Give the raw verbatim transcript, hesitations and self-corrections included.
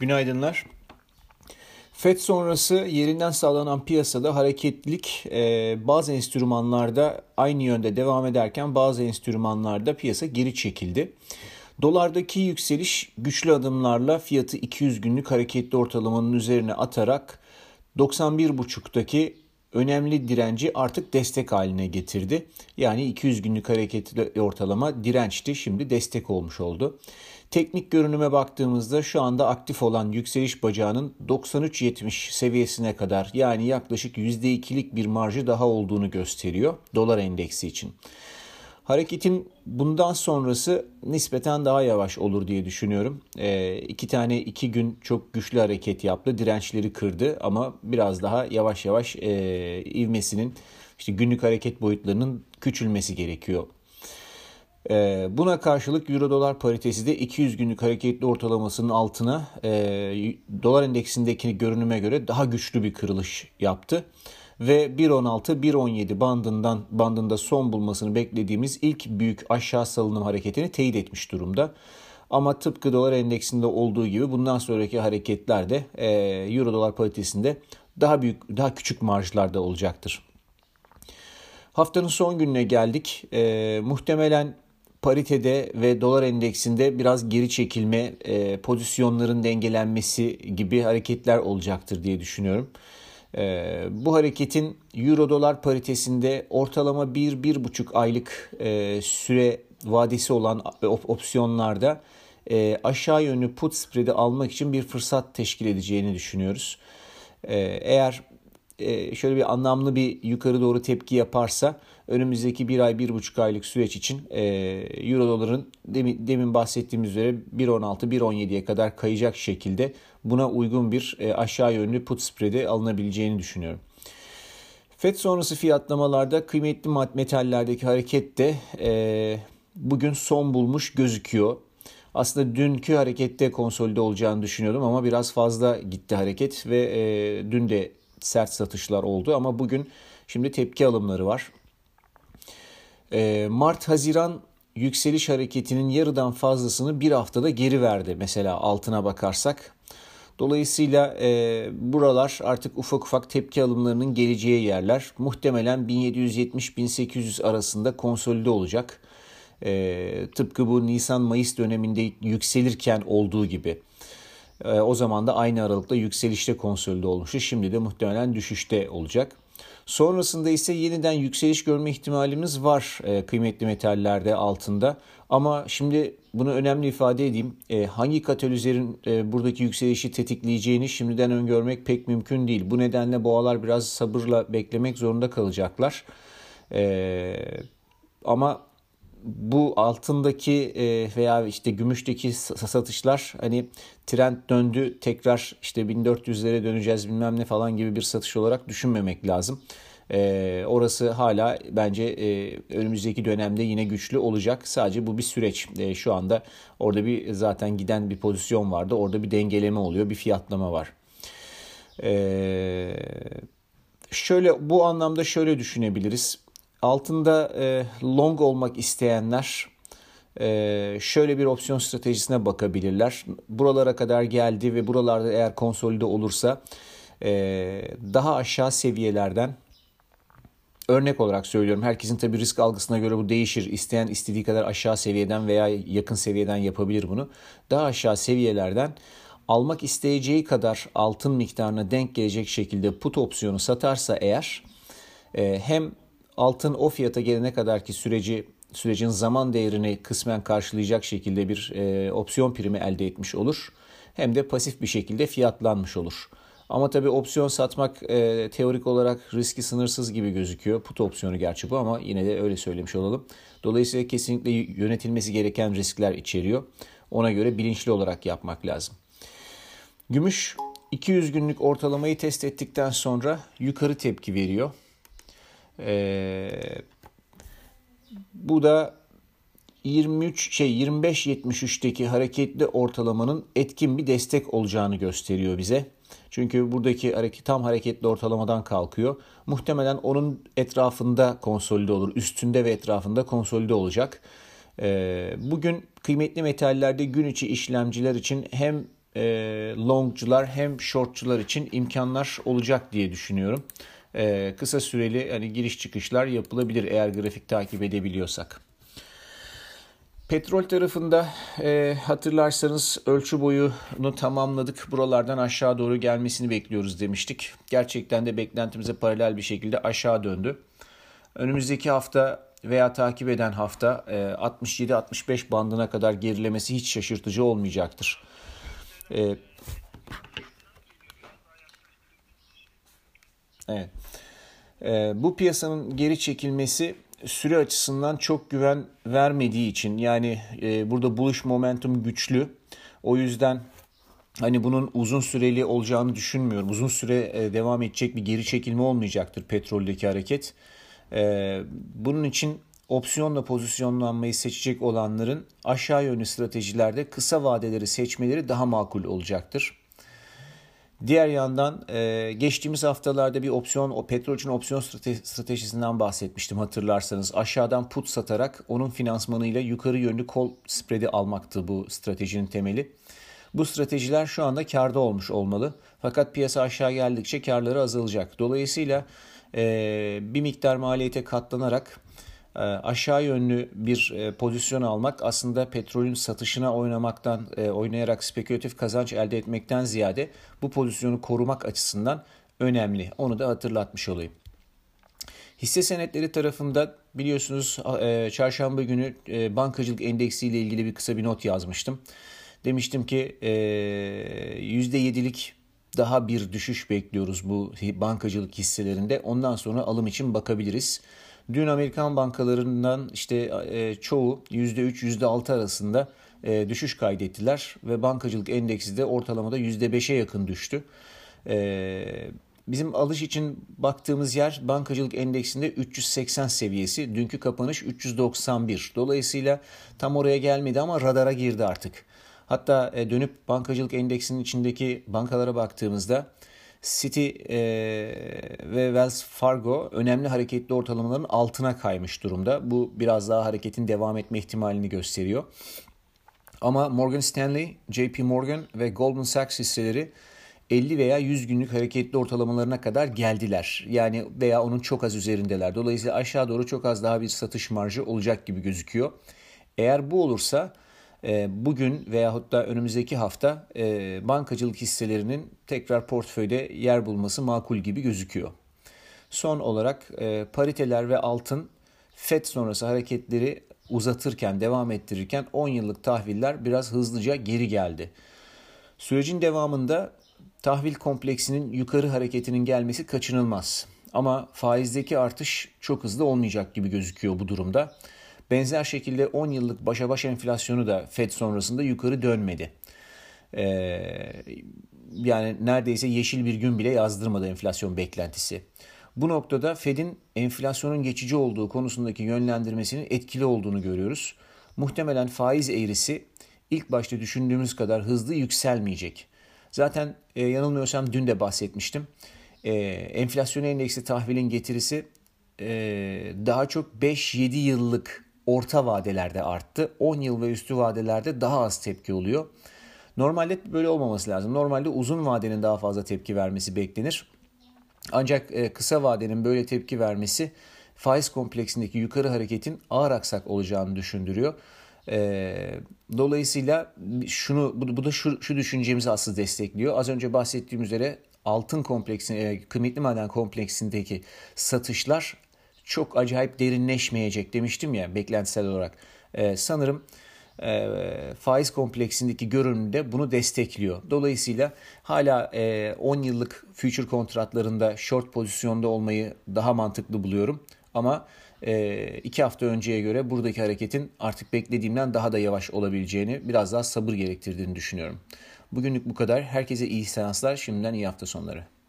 Günaydınlar. F E D sonrası yerinden sağlanan piyasada hareketlilik e, bazı enstrümanlarda aynı yönde devam ederken bazı enstrümanlarda piyasa geri çekildi. Dolardaki yükseliş güçlü adımlarla fiyatı iki yüz günlük hareketli ortalamanın üzerine atarak doksan bir buçuktaki önemli direnci artık destek haline getirdi. Yani iki yüz günlük hareketli ortalama dirençti, şimdi destek olmuş oldu. Teknik görünüme baktığımızda şu anda aktif olan yükseliş bacağının doksan üç yetmiş seviyesine kadar, yani yaklaşık yüzde ikilik bir marjı daha olduğunu gösteriyor dolar endeksi için. Hareketin bundan sonrası nispeten daha yavaş olur diye düşünüyorum. E, iki tane iki gün çok güçlü hareket yaptı, dirençleri kırdı ama biraz daha yavaş yavaş e, ivmesinin, işte günlük hareket boyutlarının küçülmesi gerekiyor. E, buna karşılık Euro dolar paritesi de iki yüz günlük hareketli ortalamasının altına e, dolar endeksindeki görünüme göre daha güçlü bir kırılış yaptı. Ve bir on altı bir on yedi bandından bandında son bulmasını beklediğimiz ilk büyük aşağı salınım hareketini teyit etmiş durumda. Ama tıpkı dolar endeksinde olduğu gibi bundan sonraki hareketler de e, Euro dolar paritesinde daha büyük, daha küçük marjlarda olacaktır. Haftanın son gününe geldik. E, muhtemelen paritede ve dolar endeksinde biraz geri çekilme, e, pozisyonların dengelenmesi gibi hareketler olacaktır diye düşünüyorum. Ee, bu hareketin Euro dolar paritesinde ortalama bir bir buçuk aylık e, süre vadesi olan op- opsiyonlarda e, aşağı yönlü put spread'i almak için bir fırsat teşkil edeceğini düşünüyoruz. E, eğer e, şöyle bir anlamlı bir yukarı doğru tepki yaparsa önümüzdeki bir ay bir buçuk aylık süreç için e, Euro doların demin, demin bahsettiğimiz üzere bir on altı bir on yediye kadar kayacak şekilde buna uygun bir e, aşağı yönlü put spread'i alınabileceğini düşünüyorum. F E D sonrası fiyatlamalarda kıymetli metallerdeki hareket de e, bugün son bulmuş gözüküyor. Aslında dünkü harekette konsolide olacağını düşünüyordum ama biraz fazla gitti hareket ve e, dün de sert satışlar oldu ama bugün şimdi tepki alımları var. E, Mart-Haziran yükseliş hareketinin yarıdan fazlasını bir haftada geri verdi mesela altına bakarsak. Dolayısıyla e, buralar artık ufak ufak tepki alımlarının geleceği yerler. Muhtemelen bin yedi yüz yetmiş bin sekiz yüz arasında konsolide olacak. E, tıpkı bu Nisan-Mayıs döneminde yükselirken olduğu gibi. E, o zaman da aynı aralıkta yükselişte konsolide olmuştu. Şimdi de muhtemelen düşüşte olacak. Sonrasında ise yeniden yükseliş görme ihtimalimiz var e, kıymetli metallerde, altında. Ama şimdi bunu önemli ifade edeyim. E, hangi katalizörün e, buradaki yükselişi tetikleyeceğini şimdiden öngörmek pek mümkün değil. Bu nedenle boğalar biraz sabırla beklemek zorunda kalacaklar. E, ama bu altındaki e, veya işte gümüşteki satışlar, hani trend döndü tekrar işte bin dört yüzlere döneceğiz bilmem ne falan gibi bir satış olarak düşünmemek lazım. E, orası hala bence e, önümüzdeki dönemde yine güçlü olacak. Sadece bu bir süreç. E, şu anda orada bir zaten giden bir pozisyon vardı. Orada bir dengeleme oluyor, bir fiyatlama var. E, şöyle bu anlamda şöyle düşünebiliriz. Altında e, long olmak isteyenler e, şöyle bir opsiyon stratejisine bakabilirler. Buralara kadar geldi ve buralarda eğer konsolide olursa e, daha aşağı seviyelerden, örnek olarak söylüyorum, herkesin tabii risk algısına göre bu değişir. İsteyen istediği kadar aşağı seviyeden veya yakın seviyeden yapabilir bunu. Daha aşağı seviyelerden almak isteyeceği kadar altın miktarına denk gelecek şekilde put opsiyonu satarsa eğer e, hem altın o fiyata gelene kadarki süreci sürecin zaman değerini kısmen karşılayacak şekilde bir e, opsiyon primi elde etmiş olur. Hem de pasif bir şekilde fiyatlanmış olur. Ama tabii opsiyon satmak e, teorik olarak riski sınırsız gibi gözüküyor. Put opsiyonu gerçi bu ama yine de öyle söylemiş olalım. Dolayısıyla kesinlikle yönetilmesi gereken riskler içeriyor. Ona göre bilinçli olarak yapmak lazım. Gümüş iki yüz günlük ortalamayı test ettikten sonra yukarı tepki veriyor. Ee, bu da yirmi üç şey yirmi beş yetmiş üçteki hareketli ortalamanın etkin bir destek olacağını gösteriyor bize. Çünkü buradaki hareket tam hareketli ortalamadan kalkıyor. Muhtemelen onun etrafında konsolide olur. Üstünde ve etrafında konsolide olacak. Ee, bugün kıymetli metallerde gün içi işlemciler için hem e, longcular hem shortçular için imkanlar olacak diye düşünüyorum. E, kısa süreli hani giriş çıkışlar yapılabilir eğer grafik takip edebiliyorsak. Petrol tarafında e, hatırlarsanız ölçü boyunu tamamladık. Buralardan aşağı doğru gelmesini bekliyoruz demiştik. Gerçekten de beklentimize paralel bir şekilde aşağı döndü. Önümüzdeki hafta veya takip eden hafta e, altmış yedi altmış beş bandına kadar gerilemesi hiç şaşırtıcı olmayacaktır. E, evet. E, bu piyasanın geri çekilmesi süre açısından çok güven vermediği için yani e, burada bullish momentum güçlü. O yüzden hani bunun uzun süreli olacağını düşünmüyorum. Uzun süre e, devam edecek bir geri çekilme olmayacaktır petroldeki hareket. E, bunun için opsiyonla pozisyonlanmayı seçecek olanların aşağı yönlü stratejilerde kısa vadeleri seçmeleri daha makul olacaktır. Diğer yandan e, geçtiğimiz haftalarda bir opsiyon, o petrol için opsiyon stratejisinden bahsetmiştim hatırlarsanız. Aşağıdan put satarak onun finansmanıyla yukarı yönlü call spread'i almaktı bu stratejinin temeli. Bu stratejiler şu anda kârda olmuş olmalı. Fakat piyasa aşağı geldikçe kârları azalacak. Dolayısıyla e, bir miktar maliyete katlanarak e, aşağı yönlü bir e, pozisyon almak aslında petrolün satışına oynamaktan, e, oynayarak spekülatif kazanç elde etmekten ziyade bu pozisyonu korumak açısından önemli. Onu da hatırlatmış olayım. Hisse senetleri tarafında biliyorsunuz e, çarşamba günü e, bankacılık endeksi ile ilgili bir kısa bir not yazmıştım. Demiştim ki e, yüzde yedilik daha bir düşüş bekliyoruz bu bankacılık hisselerinde. Ondan sonra alım için bakabiliriz. Dün Amerikan bankalarından işte e, çoğu yüzde üç yüzde altı arasında e, düşüş kaydettiler. Ve bankacılık endeksi de ortalamada yüzde beşe yakın düştü. E, bizim alış için baktığımız yer bankacılık endeksinde üç yüz seksen seviyesi. Dünkü kapanış üç yüz doksan bir. Dolayısıyla tam oraya gelmedi ama radara girdi artık. Hatta dönüp bankacılık endeksinin içindeki bankalara baktığımızda Citi e, ve Wells Fargo önemli hareketli ortalamaların altına kaymış durumda. Bu biraz daha hareketin devam etme ihtimalini gösteriyor. Ama Morgan Stanley, J P Morgan ve Goldman Sachs hisseleri elli veya yüz günlük hareketli ortalamalarına kadar geldiler. Yani veya onun çok az üzerindeler. Dolayısıyla aşağı doğru çok az daha bir satış marjı olacak gibi gözüküyor. Eğer bu olursa bugün veyahut da önümüzdeki hafta bankacılık hisselerinin tekrar portföyde yer bulması makul gibi gözüküyor. Son olarak pariteler ve altın Fed sonrası hareketleri uzatırken, devam ettirirken on yıllık tahviller biraz hızlıca geri geldi. Sürecin devamında tahvil kompleksinin yukarı hareketinin gelmesi kaçınılmaz. Ama faizdeki artış çok hızlı olmayacak gibi gözüküyor bu durumda. Benzer şekilde on yıllık başa baş enflasyonu da Fed sonrasında yukarı dönmedi. Ee, yani neredeyse yeşil bir gün bile yazdırmadı enflasyon beklentisi. Bu noktada Fed'in enflasyonun geçici olduğu konusundaki yönlendirmesinin etkili olduğunu görüyoruz. Muhtemelen faiz eğrisi ilk başta düşündüğümüz kadar hızlı yükselmeyecek. Zaten e, yanılmıyorsam dün de bahsetmiştim. E, enflasyon endeksi tahvilin getirisi e, daha çok beş yedi yıllık orta vadelerde arttı. on yıl ve üstü vadelerde daha az tepki oluyor. Normalde böyle olmaması lazım. Normalde uzun vadenin daha fazla tepki vermesi beklenir. Ancak kısa vadenin böyle tepki vermesi faiz kompleksindeki yukarı hareketin ağır aksak olacağını düşündürüyor. Dolayısıyla şunu bu da şu, şu düşüncemizi aslında destekliyor. Az önce bahsettiğim üzere altın kompleksinde, kıymetli maden kompleksindeki satışlar çok acayip derinleşmeyecek demiştim ya beklentisel olarak. Ee, sanırım e, faiz kompleksindeki görünüm de bunu destekliyor. Dolayısıyla hala e, on yıllık future kontratlarında short pozisyonda olmayı daha mantıklı buluyorum. Ama e, iki hafta önceye göre buradaki hareketin artık beklediğimden daha da yavaş olabileceğini, biraz daha sabır gerektirdiğini düşünüyorum. Bugünlük bu kadar. Herkese iyi seanslar. Şimdiden iyi hafta sonları.